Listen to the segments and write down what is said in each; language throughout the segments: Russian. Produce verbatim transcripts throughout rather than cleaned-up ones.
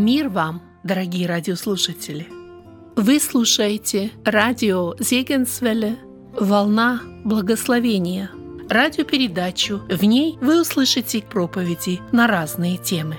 Мир вам, дорогие радиослушатели! Вы слушаете радио Зегенсвелле «Волна благословения», радиопередачу. В ней вы услышите проповеди на разные темы.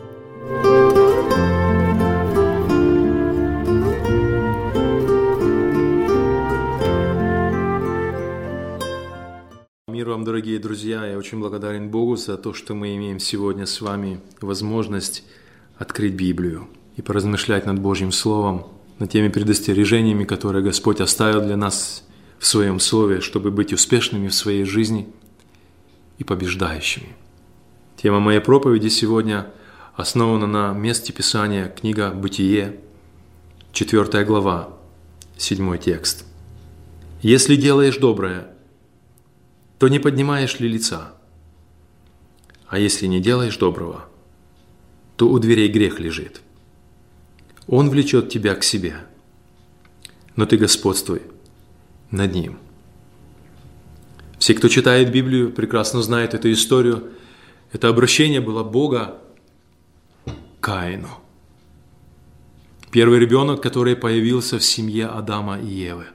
Мир вам, дорогие друзья! Я очень благодарен Богу за то, что мы имеем сегодня с вами возможность открыть Библию и поразмышлять над Божьим Словом, над теми предостережениями, которые Господь оставил для нас в Своем Слове, чтобы быть успешными в своей жизни и побеждающими. Тема моей проповеди сегодня основана на месте Писания, книга Бытие, четвёртая глава, седьмой текст. «Если делаешь доброе, то не поднимаешь ли лица? А если не делаешь доброго, то у дверей грех лежит. Он влечет тебя к себе, но ты господствуй над ним». Все, кто читает Библию, прекрасно знают эту историю. Это обращение было Бога к Каину. Первый ребенок, который появился в семье Адама и Евы.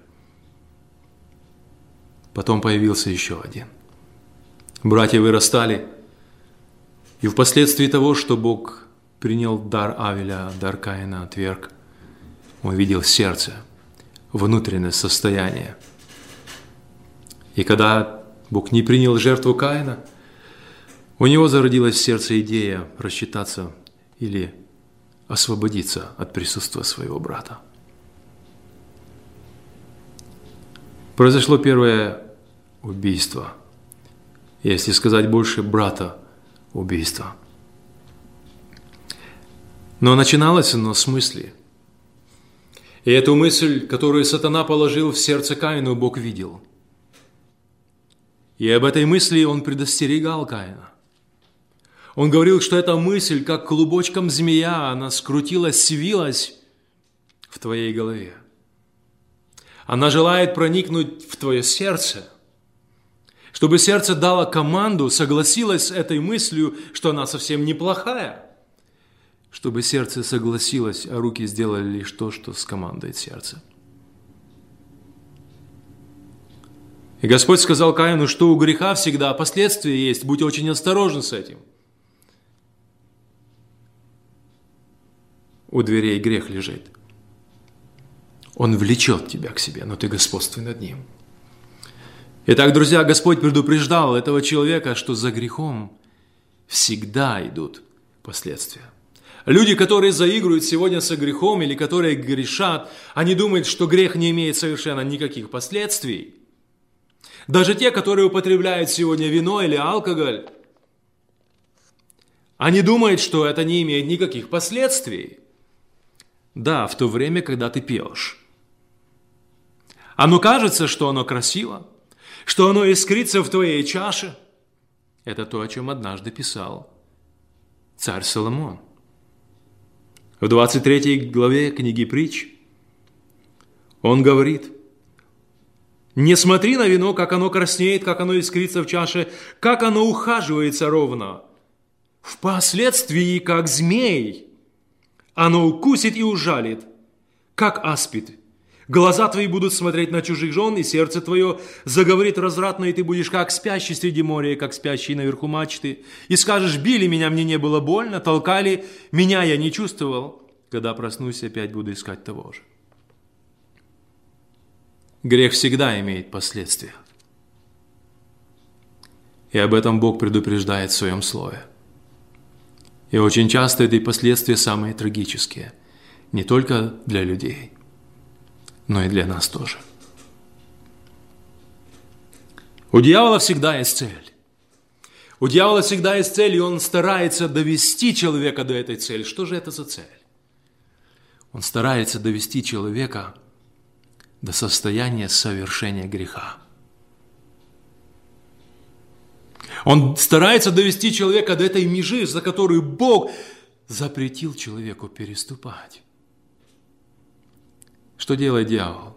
Потом появился еще один. Братья вырастали, и впоследствии того, что Бог принял дар Авеля, дар Каина отверг, Он видел сердце, внутреннее состояние. И когда Бог не принял жертву Каина, у него зародилась в сердце идея рассчитаться или освободиться от присутствия своего брата. Произошло первое убийство, если сказать больше, брата убийство. Но начиналось оно с мысли. И эту мысль, которую сатана положил в сердце Каину, Бог видел. И об этой мысли он предостерегал Каина. Он говорил, что эта мысль, как клубочком змея, она скрутилась, свилась в твоей голове. Она желает проникнуть в твое сердце, чтобы сердце дало команду, согласилось с этой мыслью, что она совсем неплохая, чтобы сердце согласилось, а руки сделали лишь то, что скомандует сердце. И Господь сказал Каину, что у греха всегда последствия есть, будь очень осторожен с этим. У дверей грех лежит. Он влечет тебя к себе, но ты господствуй над ним. Итак, друзья, Господь предупреждал этого человека, что за грехом всегда идут последствия. Люди, которые заигрывают сегодня со грехом или которые грешат, они думают, что грех не имеет совершенно никаких последствий. Даже те, которые употребляют сегодня вино или алкоголь, они думают, что это не имеет никаких последствий. Да, в то время, когда ты пьешь. Оно кажется, что оно красиво, что оно искрится в твоей чаше. Это то, о чем однажды писал царь Соломон. В двадцать третьей главе книги Притч он говорит: «Не смотри на вино, как оно краснеет, как оно искрится в чаше, как оно ухаживается ровно. Впоследствии, как змей, оно укусит и ужалит, как аспид. Глаза твои будут смотреть на чужих жен, и сердце твое заговорит развратно, и ты будешь как спящий среди моря, как спящий наверху мачты. И скажешь: били меня, мне не было больно, толкали, меня я не чувствовал. Когда проснусь, опять буду искать того же». Грех всегда имеет последствия. И об этом Бог предупреждает в Своем Слове. И очень часто эти последствия самые трагические. Не только для людей, но и для нас тоже. У дьявола всегда есть цель. У дьявола всегда есть цель, и он старается довести человека до этой цели. Что же это за цель? Он старается довести человека до состояния совершения греха. Он старается довести человека до этой межи, за которую Бог запретил человеку переступать. Что делает дьявол?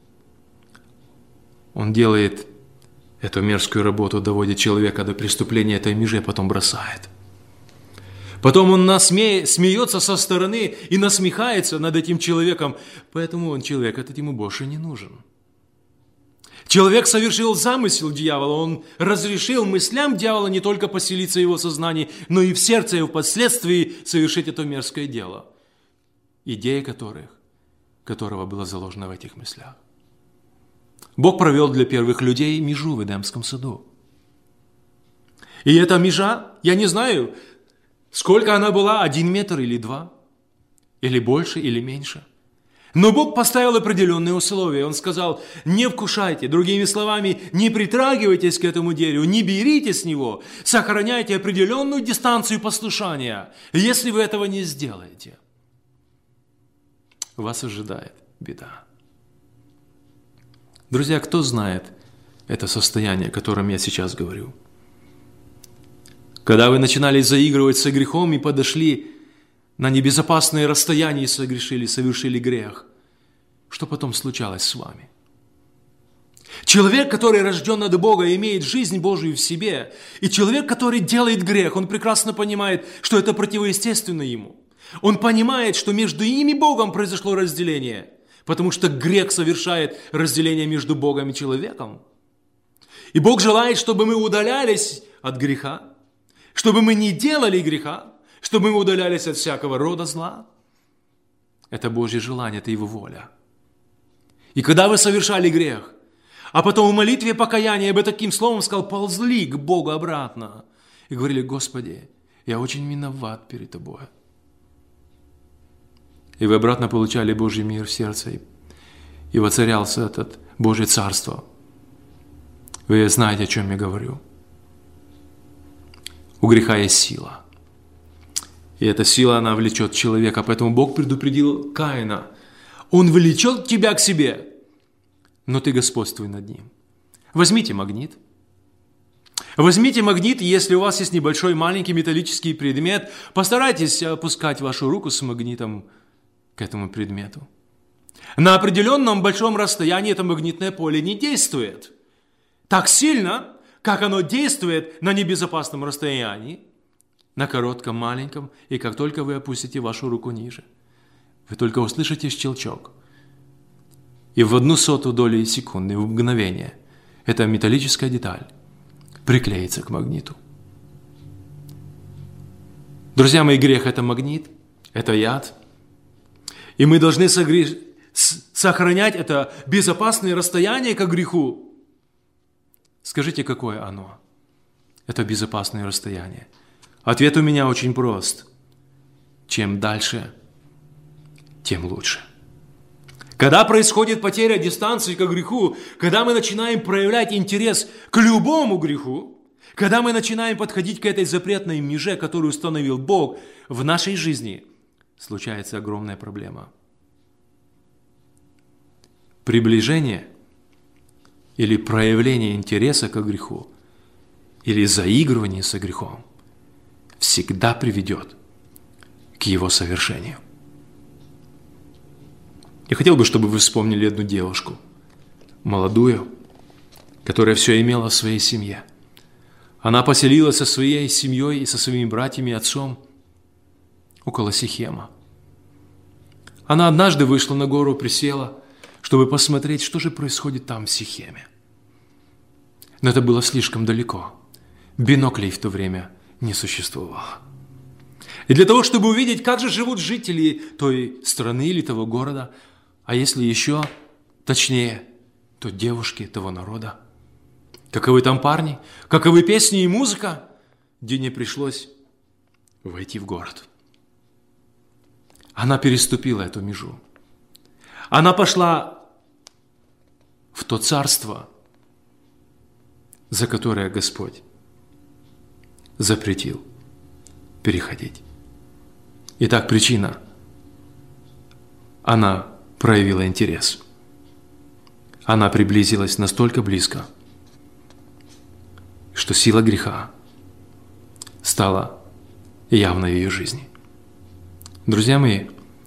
Он делает эту мерзкую работу, доводит человека до преступления этой межи, а потом бросает. Потом он насме... смеется со стороны и насмехается над этим человеком. Поэтому он, человек этот ему больше не нужен. Человек совершил замысел дьявола. Он разрешил мыслям дьявола не только поселиться в его сознании, но и в сердце, и впоследствии совершить это мерзкое дело, идея которых, которого была заложена в этих мыслях. Бог провел для первых людей межу в Эдемском саду. И эта межа, я не знаю, сколько она была, один метр или два, или больше, или меньше. Но Бог поставил определенные условия. Он сказал, не вкушайте, другими словами, не притрагивайтесь к этому дереву, не берите с него, сохраняйте определенную дистанцию послушания. Если вы этого не сделаете, вас ожидает беда. Друзья, кто знает это состояние, о котором я сейчас говорю? Когда вы начинали заигрывать со грехом и подошли на небезопасное расстояние и согрешили, совершили грех, что потом случалось с вами? Человек, который рожден от Бога, имеет жизнь Божию в себе, и человек, который делает грех, он прекрасно понимает, что это противоестественно ему. Он понимает, что между им и Богом произошло разделение, потому что грех совершает разделение между Богом и человеком. И Бог желает, чтобы мы удалялись от греха, чтобы мы не делали греха, чтобы мы удалялись от всякого рода зла. Это Божье желание, это Его воля. И когда вы совершали грех, а потом в молитве покаяния, я бы таким словом сказал, ползли к Богу обратно и говорили, Господи, я очень виноват перед Тобой. И вы обратно получали Божий мир в сердце, и воцарялся этот Божье Царство. Вы знаете, о чем я говорю. У греха есть сила. И эта сила, она влечет человека. Поэтому Бог предупредил Каина. Он влечет тебя к себе, но ты господствуй над ним. Возьмите магнит. Возьмите магнит, если у вас есть небольшой маленький металлический предмет, постарайтесь опускать вашу руку с магнитом к этому предмету. На определенном большом расстоянии это магнитное поле не действует так сильно, как оно действует на небезопасном расстоянии, на коротком, маленьком, и как только вы опустите вашу руку ниже, вы только услышите щелчок. И в одну сотую доли секунды, в мгновение, эта металлическая деталь приклеится к магниту. Друзья мои, грех – это магнит, это яд. И мы должны согреш... сохранять это безопасное расстояние к греху. Скажите, какое оно? Это безопасное расстояние. Ответ у меня очень прост. Чем дальше, тем лучше. Когда происходит потеря дистанции к греху, когда мы начинаем проявлять интерес к любому греху, когда мы начинаем подходить к этой запретной меже, которую установил Бог в нашей жизни, случается огромная проблема. Приближение или проявление интереса к греху, или заигрывание со грехом всегда приведет к его совершению. Я хотел бы, чтобы вы вспомнили одну девушку, молодую, которая все имела в своей семье. Она поселилась со своей семьей и со своими братьями и отцом около Сихема. Она однажды вышла на гору, присела, чтобы посмотреть, что же происходит там в Сихеме. Но это было слишком далеко. Биноклей в то время не существовало. И для того, чтобы увидеть, как же живут жители той страны или того города, а если еще точнее, то девушки того народа, каковы там парни, каковы песни и музыка, Дине пришлось войти в город. Она переступила эту межу. Она пошла в то царство, за которое Господь запретил переходить. Итак, причина. Она проявила интерес. Она приблизилась настолько близко, что сила греха стала явной в ее жизни. Друзья мои,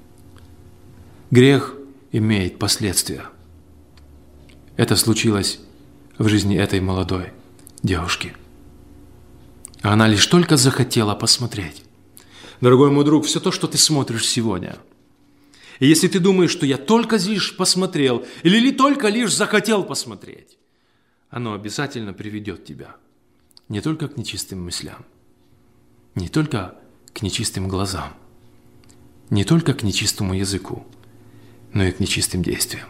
грех имеет последствия. Это случилось в жизни этой молодой девушки. Она лишь только захотела посмотреть, Дорогой мой друг, все то, что ты смотришь сегодня, и если ты думаешь, что я только лишь посмотрел, или ли только лишь захотел посмотреть, оно обязательно приведет тебя не только к нечистым мыслям, не только к нечистым глазам, не только к нечистому языку, но и к нечистым действиям.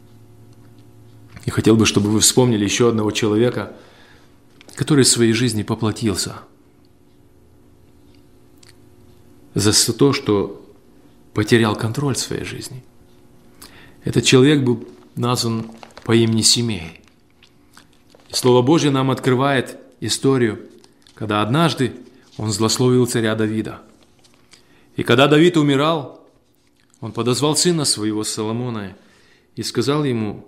И хотел бы, чтобы вы вспомнили еще одного человека, который в своей жизни поплатился за то, что потерял контроль в своей жизни. Этот человек был назван по имени Симей. И Слово Божье нам открывает историю, когда однажды он злословил царя Давида. И когда Давид умирал, он подозвал сына своего Соломона и сказал ему: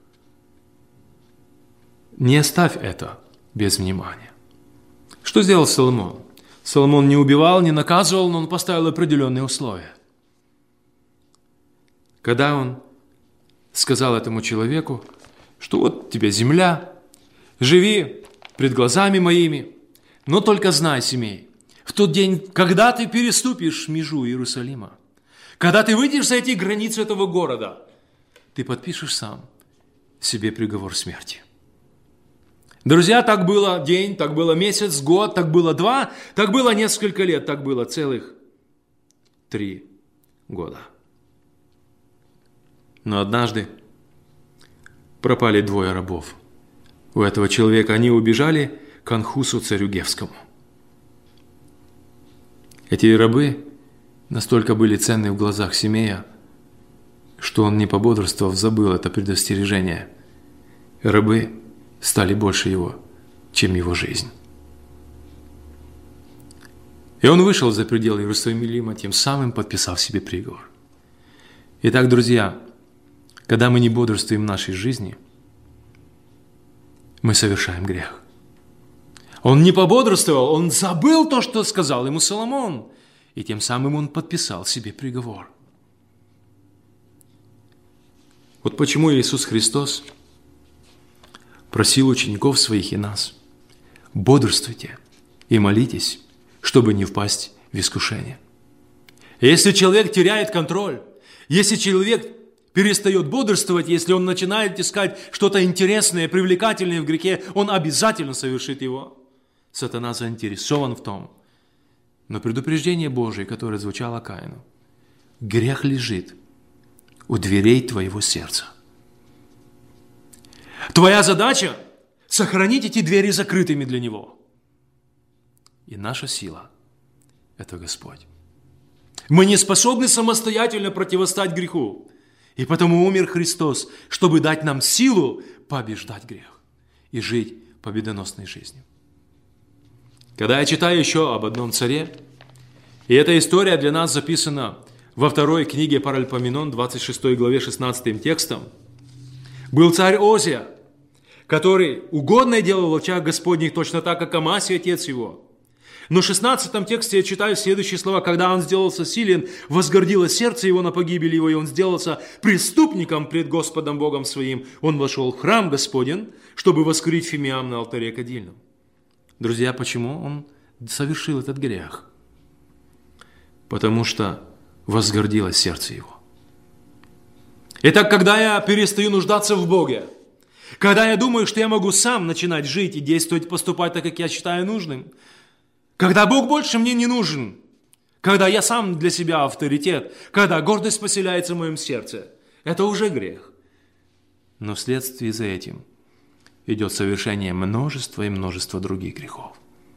«Не оставь это без внимания». Что сделал Соломон? Соломон не убивал, не наказывал, но он поставил определенные условия. Когда он сказал этому человеку, что вот тебе земля, живи пред глазами моими, но только знай, Симей, в тот день, когда ты переступишь межу Иерусалима, когда ты выйдешь за эти границы этого города, ты подпишешь сам себе приговор смерти. Друзья, так было день, так было месяц, год, так было два, так было несколько лет, так было целых три года. Но однажды пропали двое рабов. У этого человека они убежали к Анхусу, царю Гевскому. Эти рабы настолько были ценны в глазах Симея, что он, не пободрствовав, забыл это предостережение. Рабы стали больше его, чем его жизнь. И он вышел за пределы Иерусалима, тем самым подписав себе приговор. Итак, друзья, когда мы не бодрствуем в нашей жизни, мы совершаем грех. Он не пободрствовал, он забыл то, что сказал ему Соломон, и тем самым он подписал себе приговор. Вот почему Иисус Христос просил учеников своих и нас: бодрствуйте и молитесь, чтобы не впасть в искушение. Если человек теряет контроль, если человек перестает бодрствовать, если он начинает искать что-то интересное, привлекательное в грехе, он обязательно совершит его. Сатана заинтересован в том. Но предупреждение Божие, которое звучало Каину: грех лежит у дверей твоего сердца. Твоя задача – сохранить эти двери закрытыми для него. И наша сила – это Господь. Мы не способны самостоятельно противостать греху. И потому умер Христос, чтобы дать нам силу побеждать грех и жить победоносной жизнью. Когда я читаю еще об одном царе, и эта история для нас записана во второй книге Паральпоменон, двадцать шестой главе, шестнадцатым текстом, был царь Озия, который угодно делал в очах Господних, точно так, как Амасий, отец его. Но в шестнадцатом тексте я читаю следующие слова: «Когда он сделался силен, возгордилось сердце его на погибель его, и он сделался преступником пред Господом Богом своим. Он вошел в храм Господень, чтобы воскурить фимиам на алтаре кадильном». Друзья, почему он совершил этот грех? Потому что возгордилось сердце его. Итак, когда я перестаю нуждаться в Боге, когда я думаю, что я могу сам начинать жить и действовать, поступать так, как я считаю нужным, когда Бог больше мне не нужен, когда я сам для себя авторитет, когда гордость поселяется в моем сердце, это уже грех. Но вследствие за этим идет совершение множества и множества других грехов.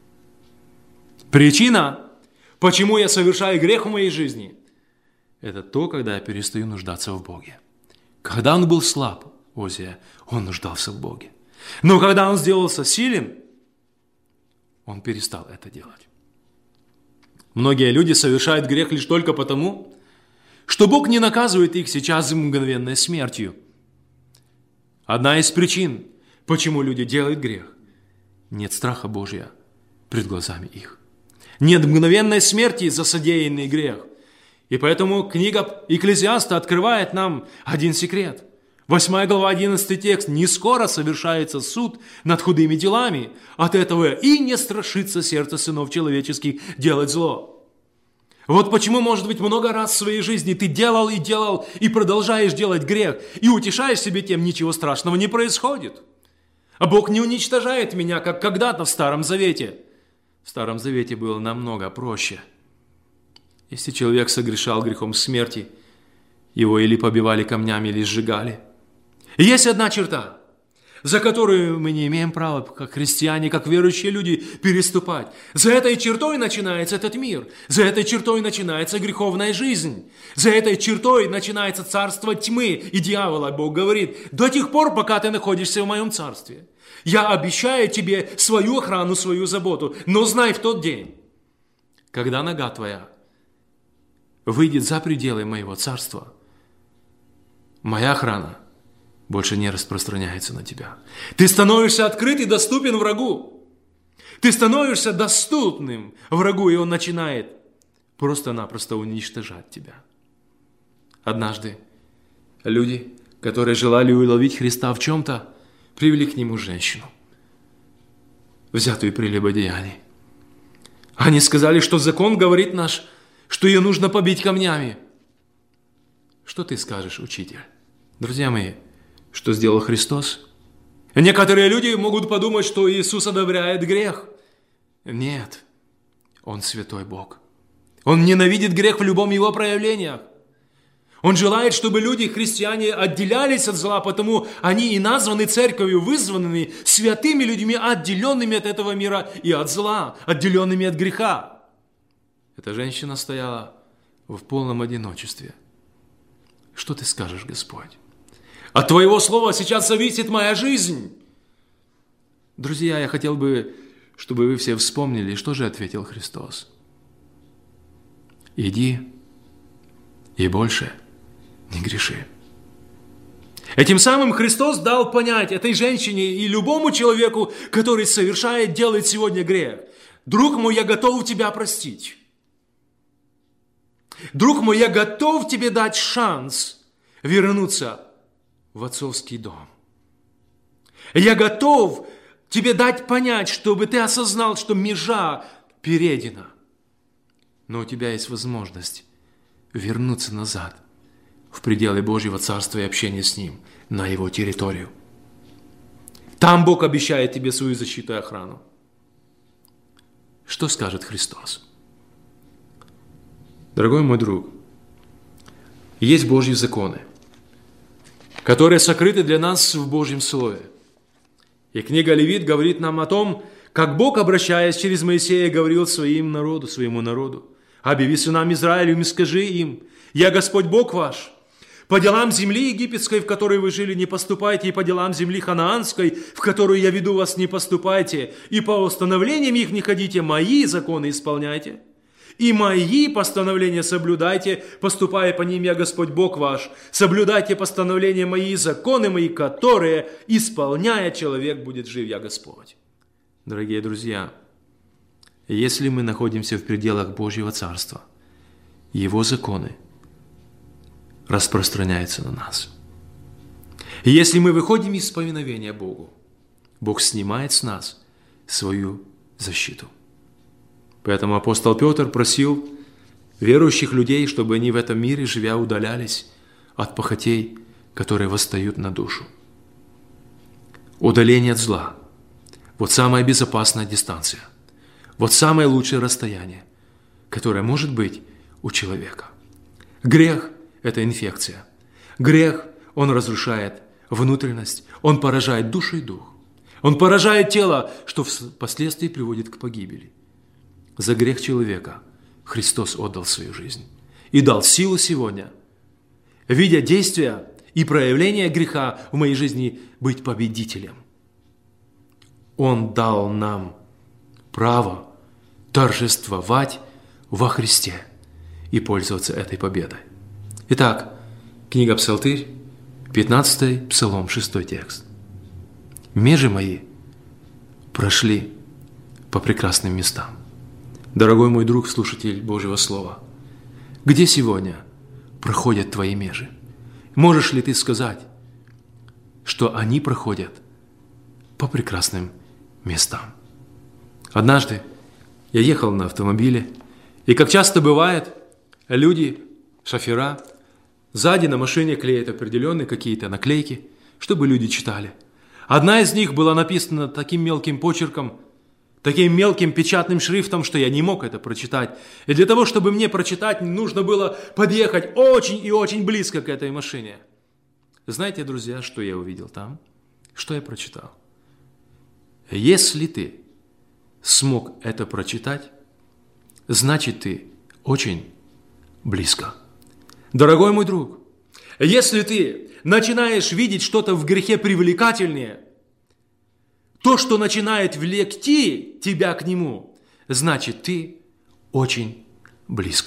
Причина, почему я совершаю грех в моей жизни, это то, когда я перестаю нуждаться в Боге. Когда он был слаб, Озия, он нуждался в Боге. Но когда он сделался силен, он перестал это делать. Многие люди совершают грех лишь только потому, что Бог не наказывает их сейчас мгновенной смертью. Одна из причин, почему люди делают грех: нет страха Божия пред глазами их. Нет мгновенной смерти за содеянный грех. И поэтому книга Экклезиаста открывает нам один секрет. Восьмая глава, одиннадцатый текст: «Не скоро совершается суд над худыми делами, от этого и не страшится сердце сынов человеческих делать зло». Вот почему, может быть, много раз в своей жизни ты делал и делал, и продолжаешь делать грех, и утешаешь себе тем, ничего страшного не происходит. А Бог не уничтожает меня, как когда-то в Старом Завете. В Старом Завете было намного проще. Если человек согрешал грехом смерти, его или побивали камнями, или сжигали. И есть одна черта, за которую мы не имеем права, как христиане, как верующие люди, переступать. За этой чертой начинается этот мир. За этой чертой начинается греховная жизнь. За этой чертой начинается царство тьмы и дьявола. Бог говорит: до тех пор, пока ты находишься в моем царстве, я обещаю тебе свою охрану, свою заботу. Но знай в тот день, когда нога твоя выйдет за пределы моего царства, моя охрана больше не распространяется на тебя. Ты становишься открыт и доступен врагу. Ты становишься доступным врагу, и он начинает просто-напросто уничтожать тебя. Однажды люди, которые желали уловить Христа в чем-то, привели к нему женщину, взятую при прелюбодеянии. Они сказали, что закон говорит наш, что ее нужно побить камнями. Что ты скажешь, учитель? Друзья мои, что сделал Христос? Некоторые люди могут подумать, что Иисус одобряет грех. Нет, Он святой Бог. Он ненавидит грех в любом его проявлении. Он желает, чтобы люди, христиане, отделялись от зла, потому они и названы церковью, вызванными святыми людьми, отделенными от этого мира и от зла, отделенными от греха. Эта женщина стояла в полном одиночестве. Что ты скажешь, Господь? От Твоего слова сейчас зависит моя жизнь. Друзья, я хотел бы, чтобы вы все вспомнили, что же ответил Христос. Иди и больше не греши. Этим самым Христос дал понять этой женщине и любому человеку, который совершает, делает сегодня грех: друг мой, я готов тебя простить. Друг мой, я готов тебе дать шанс вернуться в отцовский дом. Я готов тебе дать понять, чтобы ты осознал, что межа перейдена. Но у тебя есть возможность вернуться назад в пределы Божьего Царства и общения с Ним, на Его территорию. Там Бог обещает тебе свою защиту и охрану. Что скажет Христос? Дорогой мой друг, есть Божьи законы, которые сокрыты для нас в Божьем Слове. И книга Левит говорит нам о том, как Бог, обращаясь через Моисея, говорил своим народу, своему народу: «Объяви сынам Израилю и скажи им: я Господь Бог ваш. По делам земли египетской, в которой вы жили, не поступайте, и по делам земли ханаанской, в которую я веду вас, не поступайте, и по установлениям их не ходите, мои законы исполняйте. И мои постановления соблюдайте, поступая по ним, я Господь Бог ваш. Соблюдайте постановления мои, законы мои, которые, исполняя, человек будет жив, я Господь». Дорогие друзья, если мы находимся в пределах Божьего Царства, Его законы распространяются на нас. И если мы выходим из повиновения Богу, Бог снимает с нас свою защиту. Поэтому апостол Петр просил верующих людей, чтобы они в этом мире, живя, удалялись от похотей, которые восстают на душу. Удаление от зла – вот самая безопасная дистанция, вот самое лучшее расстояние, которое может быть у человека. Грех – это инфекция. Грех, он разрушает внутренность, он поражает душу и дух. Он поражает тело, что впоследствии приводит к погибели. За грех человека Христос отдал свою жизнь и дал силу сегодня, видя действия и проявления греха в моей жизни, быть победителем. Он дал нам право торжествовать во Христе и пользоваться этой победой. Итак, книга Псалтырь, пятнадцатый Псалом, шестой текст. «Межи мои прошли по прекрасным местам». Дорогой мой друг, слушатель Божьего Слова, где сегодня проходят твои межи? Можешь ли ты сказать, что они проходят по прекрасным местам? Однажды я ехал на автомобиле И как часто бывает, люди, шофера, сзади на машине клеят определенные какие-то наклейки, чтобы люди читали. Одна из них была написана таким мелким почерком, таким мелким печатным шрифтом, что я не мог это прочитать. И для того, чтобы мне прочитать, нужно было подъехать очень и очень близко к этой машине. Знаете, друзья, что я увидел там? Что я прочитал? Если ты смог это прочитать, значит, ты очень близко. Дорогой мой друг, если ты начинаешь видеть что-то в грехе привлекательнее, то, что начинает влекти тебя к нему, значит, ты очень близко.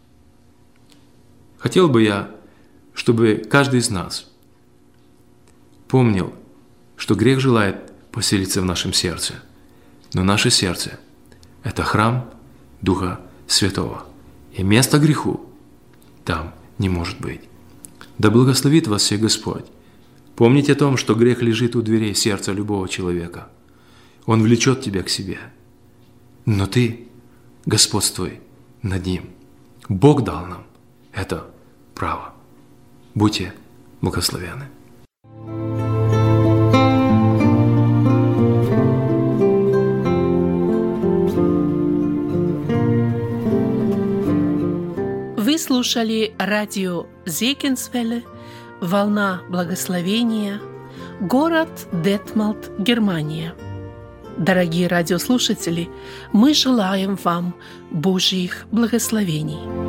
Хотел бы я, чтобы каждый из нас помнил, что грех желает поселиться в нашем сердце, но наше сердце – это храм Духа Святого, и место греху там не может быть. Да благословит вас всех Господь. Помните о том, что грех лежит у дверей сердца любого человека. Он влечет тебя к себе. Но ты господствуй над ним. Бог дал нам это право. Будьте благословенны. Вы слушали радио Зегенсвелле, «Волна благословения», город Детмалт, Германия. Дорогие радиослушатели, мы желаем вам Божьих благословений.